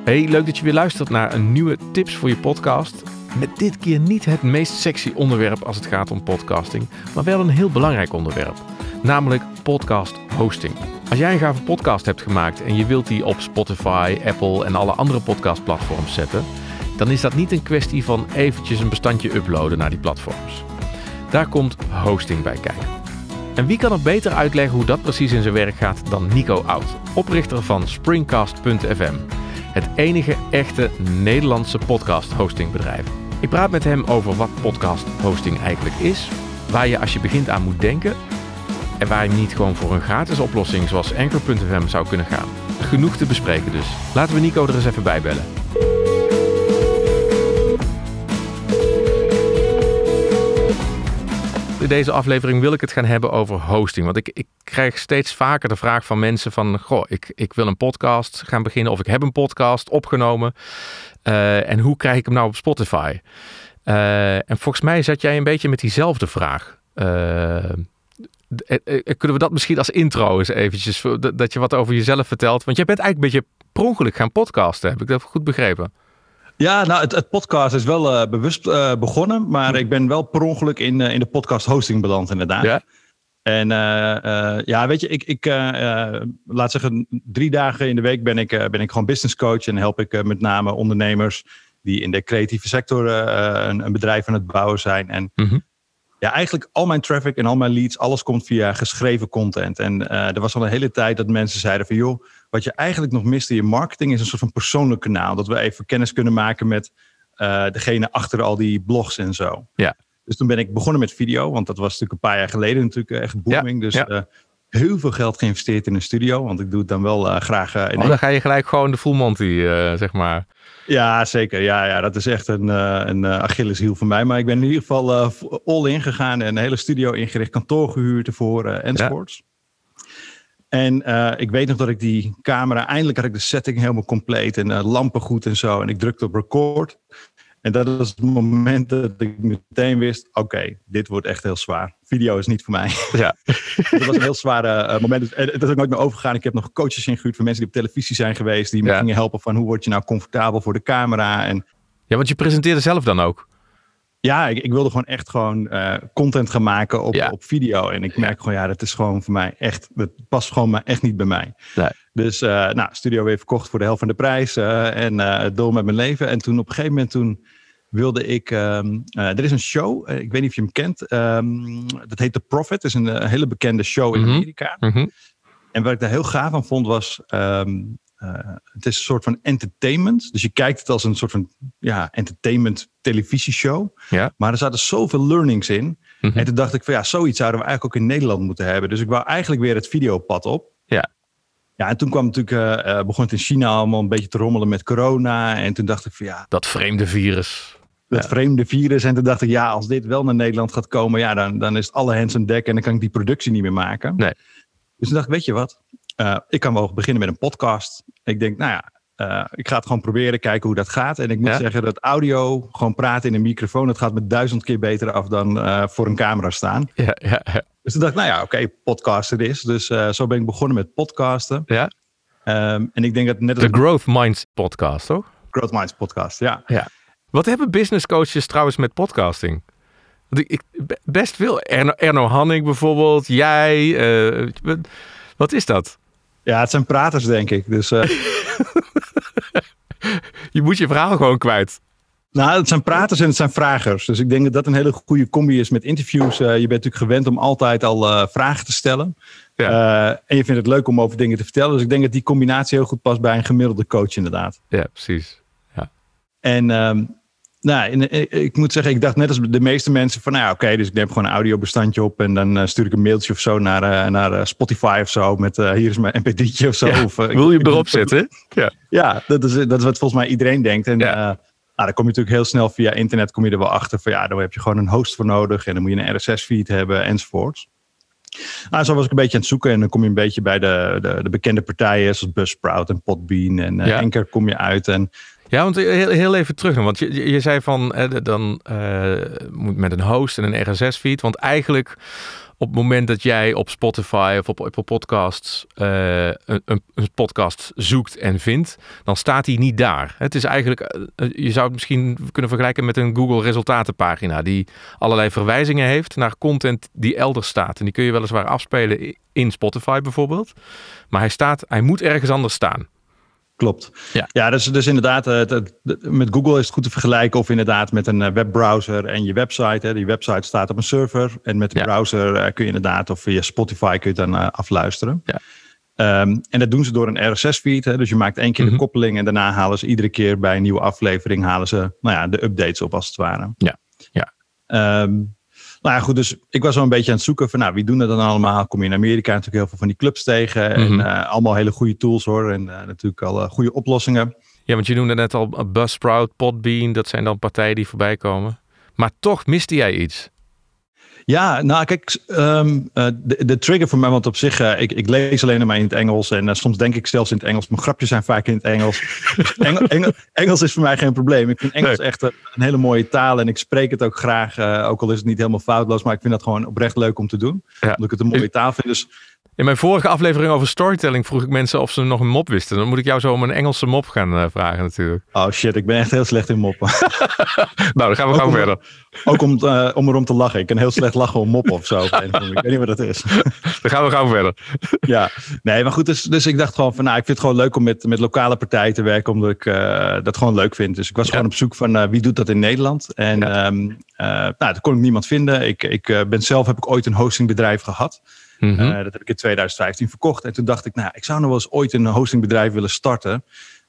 Hey, leuk dat je weer luistert naar een nieuwe Tips voor je podcast. Met dit keer niet het meest sexy onderwerp als het gaat om podcasting, maar wel een heel belangrijk onderwerp. Namelijk podcast hosting. Als jij een gave podcast hebt gemaakt en je wilt die op Spotify, Apple en alle andere podcastplatforms zetten, dan is dat niet een kwestie van eventjes een bestandje uploaden naar die platforms. Daar komt hosting bij kijken. En wie kan er beter uitleggen hoe dat precies in zijn werk gaat dan Nico Oud, oprichter van Springcast.fm. Het enige echte Nederlandse podcast hostingbedrijf. Ik praat met hem over wat podcast hosting eigenlijk is, waar je als je begint aan moet denken en waar je niet gewoon voor een gratis oplossing zoals Anchor.fm zou kunnen gaan. Genoeg te bespreken dus. Laten we Nico er eens even bij bellen. In deze aflevering wil ik het gaan hebben over hosting. Want ik krijg steeds vaker de vraag van mensen van... Goh, ik wil een podcast gaan beginnen of ik heb een podcast opgenomen. En hoe krijg ik hem nou op Spotify? En volgens mij zat jij een beetje met diezelfde vraag. Kunnen we dat misschien als intro eens eventjes... Dat je wat over jezelf vertelt? Want jij bent eigenlijk een beetje per ongeluk gaan podcasten. Heb ik dat goed begrepen? Ja, nou, het podcast is wel bewust begonnen, maar ik ben wel per ongeluk in de podcast hosting beland inderdaad. Ja. En weet je, laat zeggen 3 dagen in de week ben ik gewoon business coach en help ik met name ondernemers die in de creatieve sector een bedrijf aan het bouwen zijn. En ja, eigenlijk al mijn traffic en al mijn leads, alles komt via geschreven content. En er was al een hele tijd dat mensen zeiden van... joh, wat je eigenlijk nog mist in je marketing is een soort van persoonlijk kanaal. Dat we even kennis kunnen maken met degene achter al die blogs en zo. Ja. Dus toen ben ik begonnen met video, want dat was natuurlijk een paar jaar geleden natuurlijk echt booming. Ja. Dus heel veel geld geïnvesteerd in een studio, want ik doe het dan wel graag... dan ga je gelijk gewoon de full Monty, zeg maar... Ja, zeker. Ja, dat is echt een Achilleshiel van mij. Maar ik ben in ieder geval all in gegaan en een hele studio ingericht, kantoor gehuurd ervoor enzovoorts. Ja. En ik weet nog dat ik die camera, eindelijk had ik de setting helemaal compleet en lampen goed en zo. En ik drukte op record. En dat was het moment dat ik meteen wist, oké, dit wordt echt heel zwaar. Video is niet voor mij. Ja. Dat was een heel zware moment. En dat is ook nooit meer overgegaan. Ik heb nog coaches ingehuurd voor mensen die op televisie zijn geweest. Die me gingen helpen van hoe word je nou comfortabel voor de camera. En... Ja, want je presenteerde zelf dan ook? Ja, ik wilde gewoon echt content gaan maken op video. En ik merk gewoon, dat is gewoon voor mij echt, dat past gewoon maar echt niet bij mij. Nee. Dus studio weer verkocht voor de helft van de prijs. En door met mijn leven. En toen op een gegeven moment wilde ik... er is een show, ik weet niet of je hem kent. Dat heet The Prophet. Het is een hele bekende show in Amerika. Mm-hmm. En wat ik daar heel gaaf aan vond was... het is een soort van entertainment. Dus je kijkt het als een soort van entertainment televisieshow. Ja. Maar er zaten zoveel learnings in. Mm-hmm. En toen dacht ik van zoiets zouden we eigenlijk ook in Nederland moeten hebben. Dus ik wou eigenlijk weer het videopad op. Ja. Ja, en toen kwam natuurlijk, begon het in China allemaal een beetje te rommelen met corona. En toen dacht ik van dat vreemde virus. Dat vreemde virus. En toen dacht ik, als dit wel naar Nederland gaat komen, dan is het alle hands aan dek en dan kan ik die productie niet meer maken. Nee. Dus toen dacht ik, weet je wat? Ik kan wel beginnen met een podcast. Ik denk, ik ga het gewoon proberen, kijken hoe dat gaat. En ik moet zeggen dat audio, gewoon praten in een microfoon, dat gaat me 1000 keer beter af dan voor een camera staan. Ja. Dus toen dacht ik, podcaster is. Dus zo ben ik begonnen met podcasten. Ja. En ik denk dat net als... De Growth Minds podcast, toch? Growth Minds podcast, ja. Wat hebben business coaches trouwens met podcasting? Best veel. Erno Hanning bijvoorbeeld, jij. Wat is dat? Ja, het zijn praters, denk ik. Dus, je moet je verhaal gewoon kwijt. Nou, het zijn praters en het zijn vragers. Dus ik denk dat dat een hele goede combi is met interviews. Je bent natuurlijk gewend om altijd al vragen te stellen. Ja. En je vindt het leuk om over dingen te vertellen. Dus ik denk dat die combinatie heel goed past bij een gemiddelde coach inderdaad. Ja, precies. Ja. En ik moet zeggen, ik dacht net als de meeste mensen van... dus ik neem gewoon een audiobestandje op... en dan stuur ik een mailtje of zo naar Spotify of zo... met hier is mijn mp3'tje of zo. Ja, wil je hem erop zetten? Ja, dat is wat volgens mij iedereen denkt. En dan kom je natuurlijk heel snel via internet... kom je er wel achter van daar heb je gewoon een host voor nodig... en dan moet je een RSS-feed hebben enzovoorts. Zo was ik een beetje aan het zoeken... en dan kom je een beetje bij de bekende partijen... zoals Buzzsprout en Podbean en Anchor kom je uit... en Ja, want heel even terug. Want je zei van dan moet met een host en een RSS-feed. Want eigenlijk op het moment dat jij op Spotify of op Apple Podcasts een podcast zoekt en vindt, dan staat die niet daar. Het is eigenlijk, je zou het misschien kunnen vergelijken met een Google resultatenpagina die allerlei verwijzingen heeft naar content die elders staat. En die kun je weliswaar afspelen in Spotify bijvoorbeeld. Maar hij moet ergens anders staan. Klopt. Ja, dus inderdaad, met Google is het goed te vergelijken of inderdaad met een webbrowser en je website. Hè. Die website staat op een server en met de browser kun je inderdaad, of via Spotify kun je het dan afluisteren. Ja. En dat doen ze door een RSS-feed. Dus je maakt 1 keer de koppeling en daarna halen ze iedere keer bij een nieuwe aflevering de updates op als het ware. Ja. Nou ja, goed, dus ik was wel een beetje aan het zoeken van, wie doen dat dan allemaal? Kom je in Amerika natuurlijk heel veel van die clubs tegen. En allemaal hele goede tools hoor. En natuurlijk al goede oplossingen. Ja, want je noemde net al Buzzsprout, Podbean. Dat zijn dan partijen die voorbij komen. Maar toch miste jij iets. Ja, nou kijk, de trigger voor mij, want op zich, ik lees alleen maar in het Engels en soms denk ik zelfs in het Engels. Mijn grapjes zijn vaak in het Engels. Engels is voor mij geen probleem. Ik vind Engels echt een hele mooie taal en ik spreek het ook graag, ook al is het niet helemaal foutloos, maar ik vind dat gewoon oprecht leuk om te doen. Ja. Omdat ik het een mooie taal vind, dus... In mijn vorige aflevering over storytelling vroeg ik mensen of ze nog een mop wisten. Dan moet ik jou zo om een Engelse mop gaan vragen natuurlijk. Oh shit, ik ben echt heel slecht in moppen. Nou, dan gaan we gewoon verder. Ook om erom te lachen. Ik kan heel slecht lachen om moppen of zo. Ik weet niet wat dat is. Dan gaan we gewoon verder. Ja, nee, maar goed. Dus ik dacht gewoon van, ik vind het gewoon leuk om met lokale partijen te werken. Omdat ik dat gewoon leuk vind. Dus ik was gewoon op zoek van wie doet dat in Nederland. En daar kon ik niemand vinden. Ik heb ik ooit een hostingbedrijf gehad. Dat heb ik in 2015 verkocht. En toen dacht ik, ik zou nog wel eens ooit een hostingbedrijf willen starten.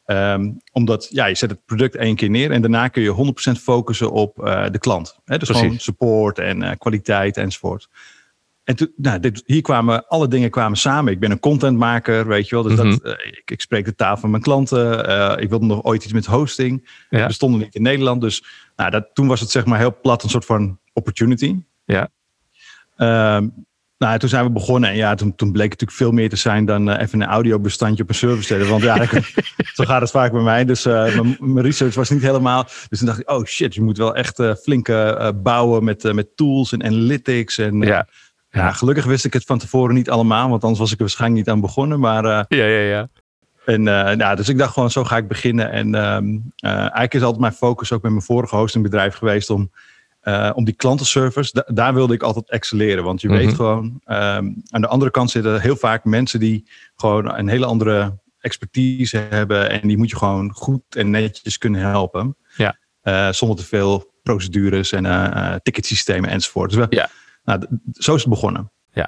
Omdat je zet het product 1 keer neer en daarna kun je 100% focussen op de klant. Dus precies. Gewoon support en kwaliteit enzovoort. En toen, hier kwamen alle dingen samen. Ik ben een contentmaker, weet je wel. Dus ik spreek de taal van mijn klanten. Ik wilde nog ooit iets met hosting. We stonden niet in Nederland. Dus toen was het zeg maar heel plat een soort van opportunity. Ja. Toen zijn we begonnen en toen bleek het natuurlijk veel meer te zijn dan even een audiobestandje op een server zetten. Want zo gaat het vaak bij mij. Dus mijn research was niet helemaal. Dus toen dacht ik, oh shit, je moet wel echt flink bouwen met tools en analytics. En gelukkig wist ik het van tevoren niet allemaal, want anders was ik er waarschijnlijk niet aan begonnen. Maar, En dus ik dacht gewoon, zo ga ik beginnen. En eigenlijk is altijd mijn focus ook met mijn vorige hostingbedrijf geweest om die klantenservice, daar wilde ik altijd excelleren. Want je weet gewoon, aan de andere kant zitten heel vaak mensen die gewoon een hele andere expertise hebben. En die moet je gewoon goed en netjes kunnen helpen. Ja. Zonder te veel procedures en ticketsystemen enzovoort. Dus zo is het begonnen. Ja.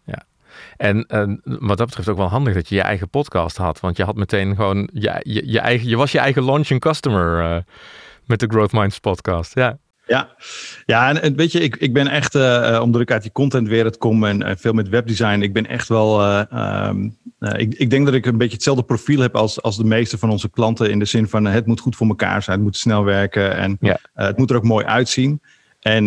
En wat dat betreft ook wel handig dat je je eigen podcast had. Want je had meteen gewoon je was je eigen launching customer met de Growth Minds podcast. Ja, en weet je, ik ben echt, omdat ik uit die contentwereld kom en veel met webdesign, ik ben echt wel, ik denk dat ik een beetje hetzelfde profiel heb als de meeste van onze klanten, in de zin van het moet goed voor elkaar zijn, het moet snel werken en het moet er ook mooi uitzien. En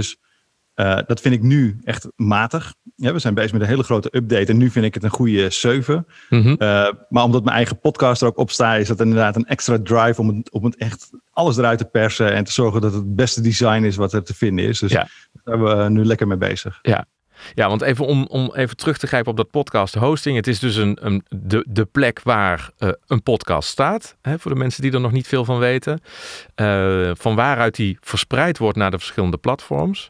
dat vind ik nu echt matig. Ja, we zijn bezig met een hele grote update en nu vind ik het een goede 7. Maar omdat mijn eigen podcast er ook op staat, is dat inderdaad een extra drive om het echt alles eruit te persen en te zorgen dat het het beste design is wat er te vinden is. Dus daar zijn we nu lekker mee bezig. Ja, want even om even terug te grijpen op dat podcast hosting. Het is dus de plek waar een podcast staat. Hè, voor de mensen die er nog niet veel van weten. Van waaruit die verspreid wordt naar de verschillende platforms.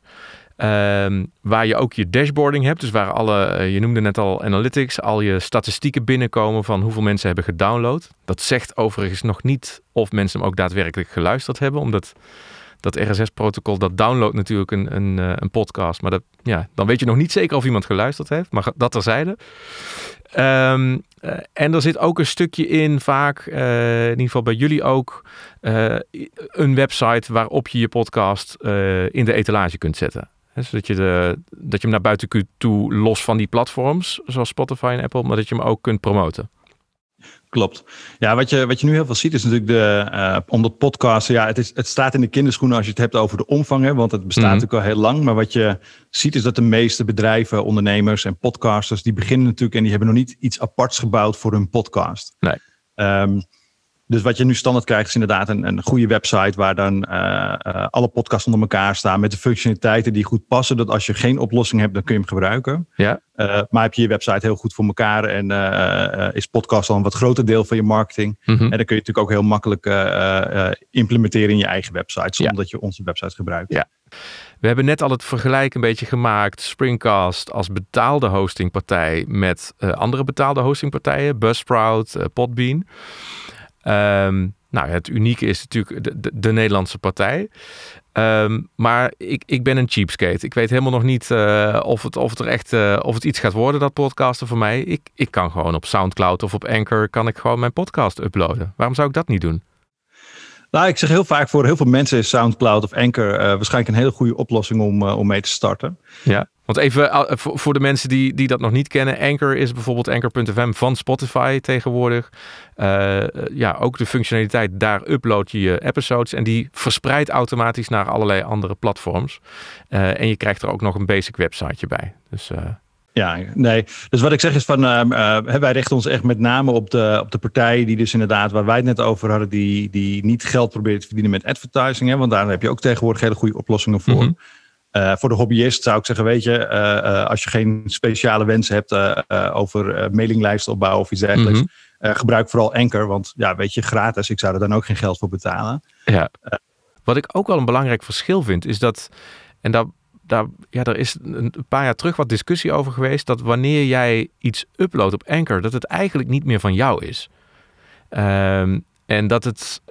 Waar je ook je dashboarding hebt. Dus waar je noemde net al analytics, al je statistieken binnenkomen van hoeveel mensen hebben gedownload. Dat zegt overigens nog niet of mensen hem ook daadwerkelijk geluisterd hebben. Omdat dat RSS-protocol, dat downloadt natuurlijk een podcast. Maar dan weet je nog niet zeker of iemand geluisterd heeft. Maar dat terzijde. En er zit ook een stukje in, vaak, in ieder geval bij jullie ook, een website waarop je je podcast in de etalage kunt zetten. Zodat je hem naar buiten toe, los van die platforms, zoals Spotify en Apple, maar dat je hem ook kunt promoten. Klopt. Ja, wat je nu heel veel ziet is natuurlijk omdat podcasten, het staat in de kinderschoenen als je het hebt over de omvang, hè, want het bestaat natuurlijk al heel lang. Maar wat je ziet is dat de meeste bedrijven, ondernemers en podcasters, die beginnen natuurlijk en die hebben nog niet iets aparts gebouwd voor hun podcast. Nee. Dus wat je nu standaard krijgt is inderdaad een goede website waar dan alle podcasts onder elkaar staan met de functionaliteiten die goed passen. Dat als je geen oplossing hebt, dan kun je hem gebruiken. Ja. Maar heb je website heel goed voor elkaar en is podcast al een wat groter deel van je marketing. Mm-hmm. En dan kun je natuurlijk ook heel makkelijk implementeren in je eigen website zonder dat je onze website gebruikt. Ja. We hebben net al het vergelijk een beetje gemaakt. Springcast als betaalde hostingpartij met andere betaalde hostingpartijen. Buzzsprout, Podbean. Het unieke is natuurlijk de Nederlandse partij. Maar ik ben een cheapskate. Ik weet helemaal nog niet of het iets gaat worden, dat podcasten voor mij. Ik kan gewoon op Soundcloud of op Anchor kan ik gewoon mijn podcast uploaden. Waarom zou ik dat niet doen? Nou, ik zeg heel vaak voor heel veel mensen is Soundcloud of Anchor waarschijnlijk een hele goede oplossing om mee te starten. Ja, want even voor de mensen die dat nog niet kennen. Anchor is bijvoorbeeld Anchor.fm van Spotify tegenwoordig. Ook de functionaliteit, daar upload je je episodes en die verspreidt automatisch naar allerlei andere platforms. En je krijgt er ook nog een basic websiteje bij. Dus... Ja, nee. Dus wat ik zeg is van, wij richten ons echt met name op de partijen die dus inderdaad, waar wij het net over hadden, die niet geld proberen te verdienen met advertising. Hè, want daar heb je ook tegenwoordig hele goede oplossingen voor. Mm-hmm. Voor de hobbyist zou ik zeggen, weet je, als je geen speciale wensen hebt over mailinglijsten opbouwen of iets dergelijks, mm-hmm. Gebruik vooral Anchor, want ja, weet je, gratis. Ik zou er dan ook geen geld voor betalen. Ja. Wat ik ook wel een belangrijk verschil vind, is dat, er is een paar jaar terug wat discussie over geweest, dat wanneer jij iets uploadt op Anchor, dat het eigenlijk niet meer van jou is. En dat het,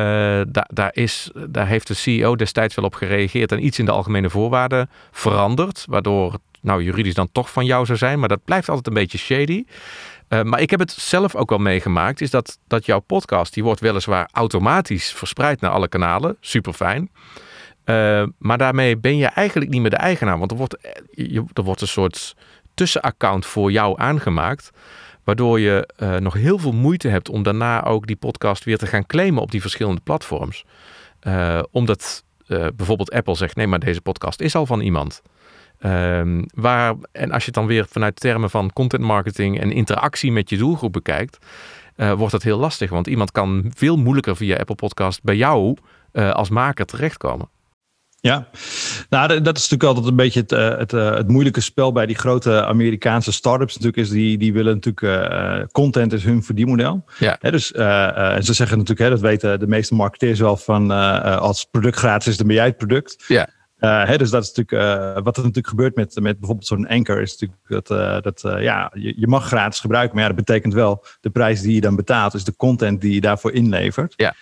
daar heeft de CEO destijds wel op gereageerd en iets in de algemene voorwaarden veranderd, waardoor het juridisch dan toch van jou zou zijn, maar dat blijft altijd een beetje shady. Maar ik heb het zelf ook wel meegemaakt, is dat jouw podcast, die wordt weliswaar automatisch verspreid naar alle kanalen, super fijn. Maar daarmee ben je eigenlijk niet meer de eigenaar. Want er wordt een soort tussenaccount voor jou aangemaakt. Waardoor je nog heel veel moeite hebt om daarna ook die podcast weer te gaan claimen op die verschillende platforms. Omdat bijvoorbeeld Apple zegt, nee, maar deze podcast is al van iemand. En als je het dan weer vanuit termen van content marketing en interactie met je doelgroep bekijkt, wordt dat heel lastig. Want iemand kan veel moeilijker via Apple Podcast bij jou als maker terechtkomen. Ja, nou dat is natuurlijk altijd een beetje het moeilijke spel bij die grote Amerikaanse startups natuurlijk is. Die willen natuurlijk, content is hun verdienmodel. Ja. Dus en ze zeggen natuurlijk, dat weten de meeste marketeers wel van als product gratis is, dan ben jij het product. Ja. Dus dat is natuurlijk wat er natuurlijk gebeurt met bijvoorbeeld zo'n Anchor is natuurlijk dat je mag gratis gebruiken, maar ja, dat betekent wel de prijs die je dan betaalt is de content die je daarvoor inlevert. Ja.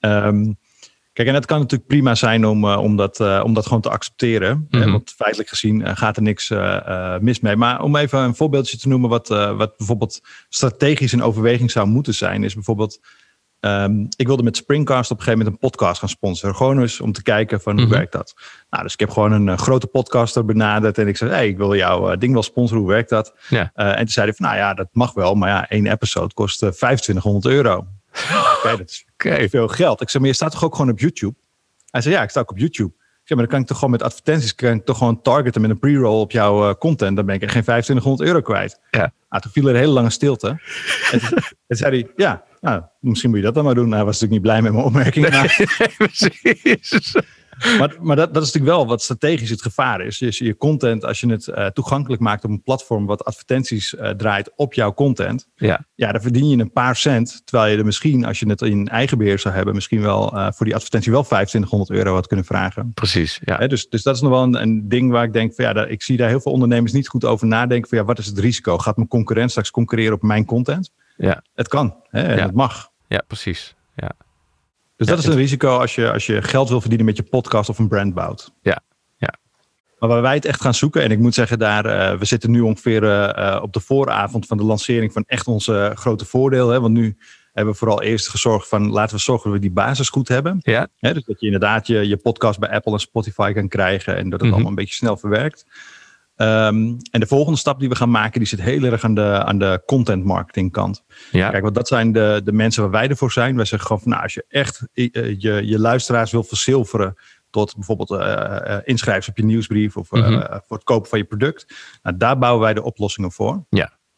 Kijk, en dat kan natuurlijk prima zijn om dat gewoon te accepteren. Mm-hmm. Want feitelijk gezien gaat er niks mis mee. Maar om even een voorbeeldje te noemen wat bijvoorbeeld strategisch in overweging zou moeten zijn, is bijvoorbeeld, ik wilde met Springcast op een gegeven moment een podcast gaan sponsoren. Gewoon eens om te kijken van hoe werkt dat. Nou, dus ik heb gewoon een grote podcaster benaderd en ik zei, hey, ik wil jouw ding wel sponsoren, hoe werkt dat? Ja. En toen zei hij van, nou ja, dat mag wel, maar ja, 1 episode kost €2500. Oké, dat is veel geld. Ik zei, maar je staat toch ook gewoon op YouTube? Hij zei, ja, ik sta ook op YouTube. Ik zei, maar dan kan ik toch gewoon met advertenties toch gewoon targeten met een pre-roll op jouw content. Dan ben ik er geen €2500 kwijt. Ja. Nou, toen viel er een hele lange stilte. En zei hij, ja, nou, misschien moet je dat dan maar doen. Nou, hij was natuurlijk niet blij met mijn opmerking. Nee, precies. Maar dat is natuurlijk wel wat strategisch het gevaar is. Dus je content, als je het toegankelijk maakt op een platform wat advertenties draait op jouw content. Ja, dan verdien je een paar cent. Terwijl je er misschien, als je het in eigen beheer zou hebben, misschien wel voor die advertentie wel €2500 had kunnen vragen. Precies, ja. Dus dat is nog wel een ding waar ik denk van ja, ik zie daar heel veel ondernemers niet goed over nadenken. Van ja, wat is het risico? Gaat mijn concurrent straks concurreren op mijn content? Ja. Het kan, en het mag. Ja, precies, ja. Dus dat is een risico als je geld wil verdienen met je podcast of een brand bouwt. Ja. Maar waar wij het echt gaan zoeken, en ik moet zeggen, we zitten nu ongeveer op de vooravond van de lancering van echt onze grote voordeel. Hè, want nu hebben we vooral eerst gezorgd van laten we zorgen dat we die basis goed hebben. Ja. Dus dat je inderdaad je podcast bij Apple en Spotify kan krijgen en dat het allemaal een beetje snel verwerkt. En de volgende stap die we gaan maken, die zit heel erg aan de content marketing kant. Ja. Kijk, want dat zijn de mensen waar wij ervoor zijn. Wij zeggen gewoon van, nou, als je echt je luisteraars wil verzilveren tot bijvoorbeeld inschrijven op je nieuwsbrief of voor het kopen van je product. Nou, daar bouwen wij de oplossingen voor. Ja.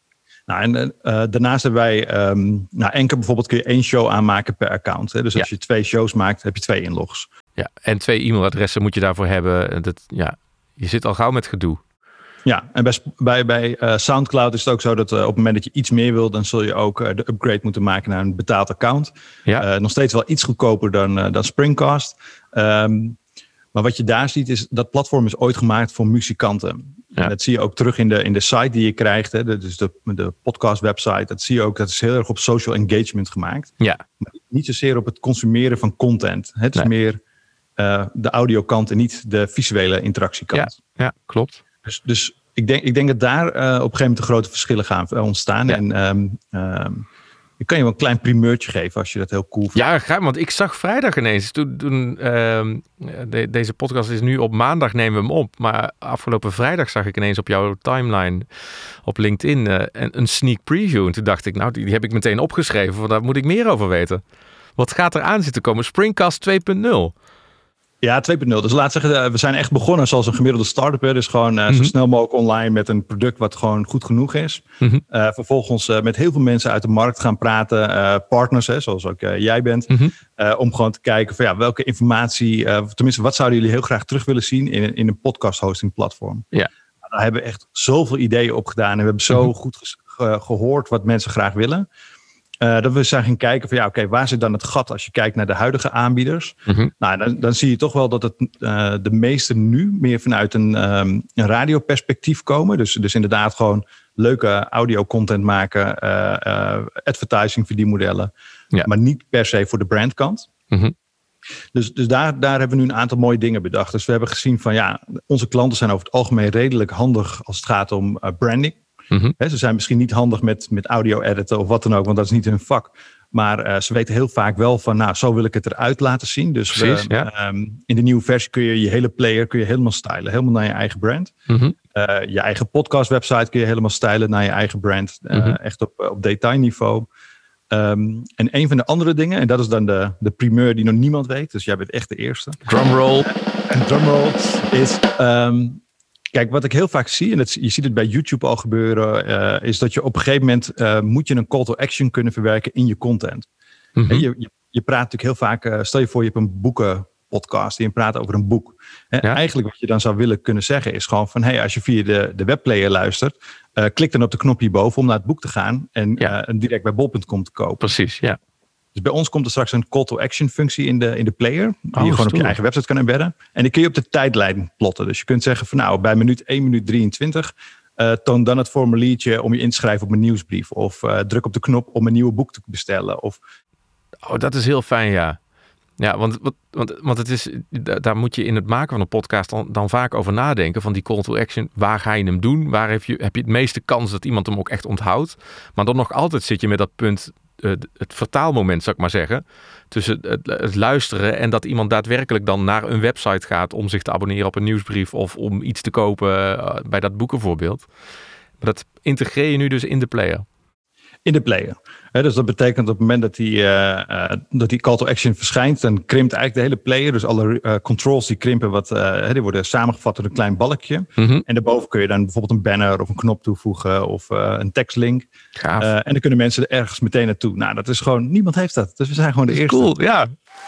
Nou, en daarnaast hebben wij... Anchor bijvoorbeeld kun je 1 show aanmaken per account. Hè? Dus als je 2 shows maakt, heb je 2 inlogs. Ja, en 2 e-mailadressen moet je daarvoor hebben. Je zit al gauw met gedoe. Ja, en bij SoundCloud is het ook zo dat op het moment dat je iets meer wil, dan zul je ook de upgrade moeten maken naar een betaald account. Ja. Nog steeds wel iets goedkoper dan Springcast. Maar wat je daar ziet is, dat platform is ooit gemaakt voor muzikanten. Ja. En dat zie je ook terug in de site die je krijgt. Hè, dus de podcast website. Dat zie je ook, dat is heel erg op social engagement gemaakt. Ja. Maar niet zozeer op het consumeren van content. Het is meer de audiokant en niet de visuele interactiekant. Ja, klopt. Dus ik denk dat daar op een gegeven moment de grote verschillen gaan ontstaan. Ja. En ik kan je wel een klein primeurtje geven als je dat heel cool vindt. Ja, graag, want ik zag vrijdag ineens. Deze podcast is nu op maandag, nemen we hem op. Maar afgelopen vrijdag zag ik ineens op jouw timeline op LinkedIn een sneak preview. En toen dacht ik, nou, die heb ik meteen opgeschreven. Want daar moet ik meer over weten. Wat gaat er aan zitten komen? Springcast 2.0. Ja, 2.0. Dus laat zeggen, we zijn echt begonnen zoals een gemiddelde start-up. Dus gewoon zo snel mogelijk online met een product wat gewoon goed genoeg is. Mm-hmm. Vervolgens met heel veel mensen uit de markt gaan praten. Partners, zoals ook jij bent. Mm-hmm. Om gewoon te kijken van welke informatie, tenminste wat zouden jullie heel graag terug willen zien in een podcast hosting platform. Ja. Daar hebben we echt zoveel ideeën op gedaan. En we hebben zo goed gehoord wat mensen graag willen. Dat we zijn gaan kijken van oké, waar zit dan het gat als je kijkt naar de huidige aanbieders? Mm-hmm. Nou, dan zie je toch wel dat het de meeste nu meer vanuit een radioperspectief komen. Dus inderdaad gewoon leuke audio content maken, advertising verdienmodellen. Ja. Maar niet per se voor de brandkant. Mm-hmm. Dus daar hebben we nu een aantal mooie dingen bedacht. Dus we hebben gezien van onze klanten zijn over het algemeen redelijk handig als het gaat om branding. Mm-hmm. Ze zijn misschien niet handig met audio editen of wat dan ook, want dat is niet hun vak. Maar ze weten heel vaak wel van, zo wil ik het eruit laten zien. Dus precies, in de nieuwe versie kun je hele player helemaal stylen. Helemaal naar je eigen brand. Mm-hmm. Je eigen podcast website kun je helemaal stylen naar je eigen brand. Echt op detailniveau. En een van de andere dingen, en dat is dan de primeur die nog niemand weet. Dus jij bent echt de eerste. Drumroll. En drumroll is... Kijk, wat ik heel vaak zie, en je ziet het bij YouTube al gebeuren, is dat je op een gegeven moment moet je een call to action kunnen verwerken in je content. Mm-hmm. Je praat natuurlijk heel vaak, stel je voor je hebt een boekenpodcast en je praat over een boek. Ja. Eigenlijk wat je dan zou willen kunnen zeggen is gewoon van, als je via de webplayer luistert, klik dan op de knop hierboven om naar het boek te gaan en direct bij bol.com te kopen. Precies, ja. Dus bij ons komt er straks een call to action functie in de player. Die je gewoon op je eigen website kan embedden. En die kun je op de tijdlijn plotten. Dus je kunt zeggen van bij 1 minuut 23... toon dan het formuliertje om je in te schrijven op een nieuwsbrief. Of druk op de knop om een nieuwe boek te bestellen. Dat is heel fijn, ja. Ja, want het is, daar moet je in het maken van een podcast dan vaak over nadenken. Van die call to action, waar ga je hem doen? Waar heb je het meeste kans dat iemand hem ook echt onthoudt? Maar dan nog altijd zit je met dat punt... het vertaalmoment, zou ik maar zeggen, tussen het luisteren en dat iemand daadwerkelijk dan naar een website gaat om zich te abonneren op een nieuwsbrief of om iets te kopen bij dat boekenvoorbeeld. Maar dat integreer je nu dus in de player. In de player. Dus dat betekent op het moment dat die call to action verschijnt, dan krimpt eigenlijk de hele player. Dus alle controls die krimpen die worden samengevat in een klein balkje. Mm-hmm. En daarboven kun je dan bijvoorbeeld een banner of een knop toevoegen of een tekstlink. En dan kunnen mensen er ergens meteen naartoe. Nou, dat is gewoon, niemand heeft dat. Dus we zijn gewoon de eerste. Cool, ja.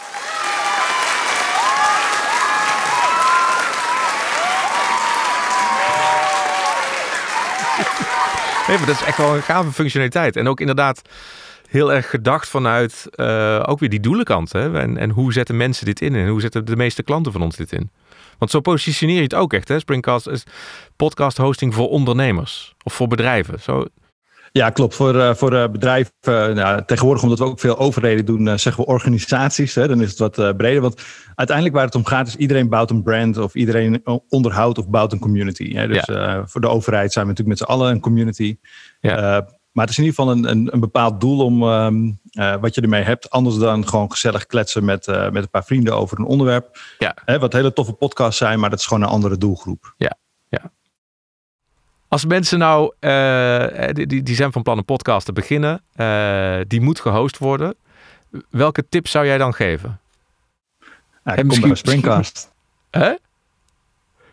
Nee, maar dat is echt wel een gave functionaliteit. En ook inderdaad heel erg gedacht vanuit ook weer die doelenkant. Hè? En hoe zetten mensen dit in? En hoe zetten de meeste klanten van ons dit in? Want zo positioneer je het ook echt. Hè? Springcast is podcast hosting voor ondernemers. Of voor bedrijven. Zo... Ja, klopt. Voor bedrijven, tegenwoordig omdat we ook veel overheden doen, zeggen we organisaties. Hè, dan is het wat breder. Want uiteindelijk waar het om gaat is iedereen bouwt een brand of iedereen onderhoudt of bouwt een community. Hè. Dus voor de overheid zijn we natuurlijk met z'n allen een community. Ja. Maar het is in ieder geval een bepaald doel om wat je ermee hebt. Anders dan gewoon gezellig kletsen met een paar vrienden over een onderwerp. Ja. Wat hele toffe podcasts zijn, maar dat is gewoon een andere doelgroep. Ja, ja. Als mensen nou, die zijn van plan een podcast te beginnen, die moet gehost worden. Welke tips zou jij dan geven? Kom bij Springcast. Hè?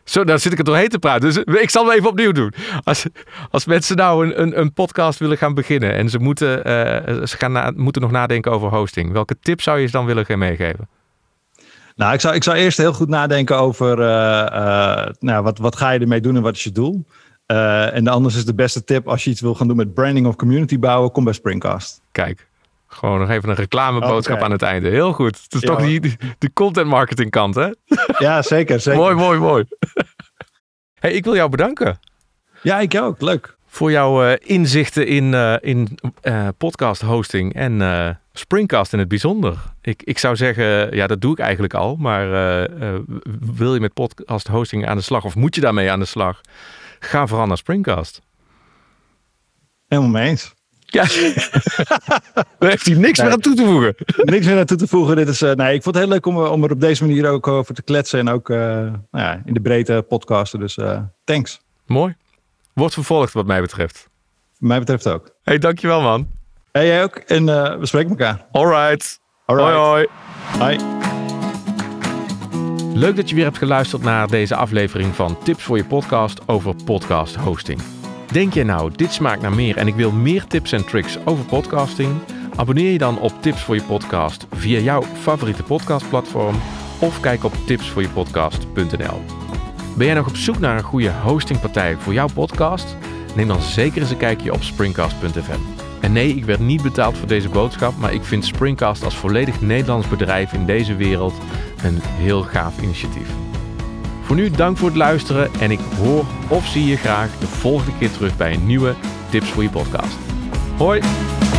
Zo, daar zit ik er doorheen te praten. Dus ik zal het even opnieuw doen. Als mensen nou een podcast willen gaan beginnen en ze moeten nog nadenken over hosting. Welke tips zou je ze dan willen meegeven? Nou, ik zou eerst heel goed nadenken over wat ga je ermee doen en wat is je doel? En anders is de beste tip als je iets wil gaan doen met branding of community bouwen, kom bij Springcast. Kijk, gewoon nog even een reclameboodschap aan het einde. Heel goed. Het is toch die content marketing kant, hè? Ja, zeker. Mooi. Hey, ik wil jou bedanken. Ja, ik ook. Leuk. Voor jouw inzichten in podcast hosting en Springcast in het bijzonder. Ik zou zeggen, ja, dat doe ik eigenlijk al. Maar wil je met podcast hosting aan de slag of moet je daarmee aan de slag? Ga vooral naar Springcast. Helemaal mee eens. Ja, daar heeft hij niks meer aan toe te voegen. Niks meer aan toe te voegen. Dit is, ik vond het heel leuk om er op deze manier ook over te kletsen. En ook in de breedte podcasten. Dus thanks. Mooi. Wordt vervolgd wat mij betreft. Mij betreft ook. Hey, dankjewel man. Hey, jij ook. En we spreken elkaar. Alright. Hoi. Bye. Leuk dat je weer hebt geluisterd naar deze aflevering van Tips voor je podcast over podcast hosting. Denk je nou, dit smaakt naar meer en ik wil meer tips en tricks over podcasting? Abonneer je dan op Tips voor je podcast via jouw favoriete podcastplatform of kijk op tipsvoorjepodcast.nl. Ben jij nog op zoek naar een goede hostingpartij voor jouw podcast? Neem dan zeker eens een kijkje op springcast.fm. En nee, ik werd niet betaald voor deze boodschap, maar ik vind Springcast als volledig Nederlands bedrijf in deze wereld een heel gaaf initiatief. Voor nu dank voor het luisteren en ik hoor of zie je graag de volgende keer terug bij een nieuwe Tips voor je podcast. Hoi!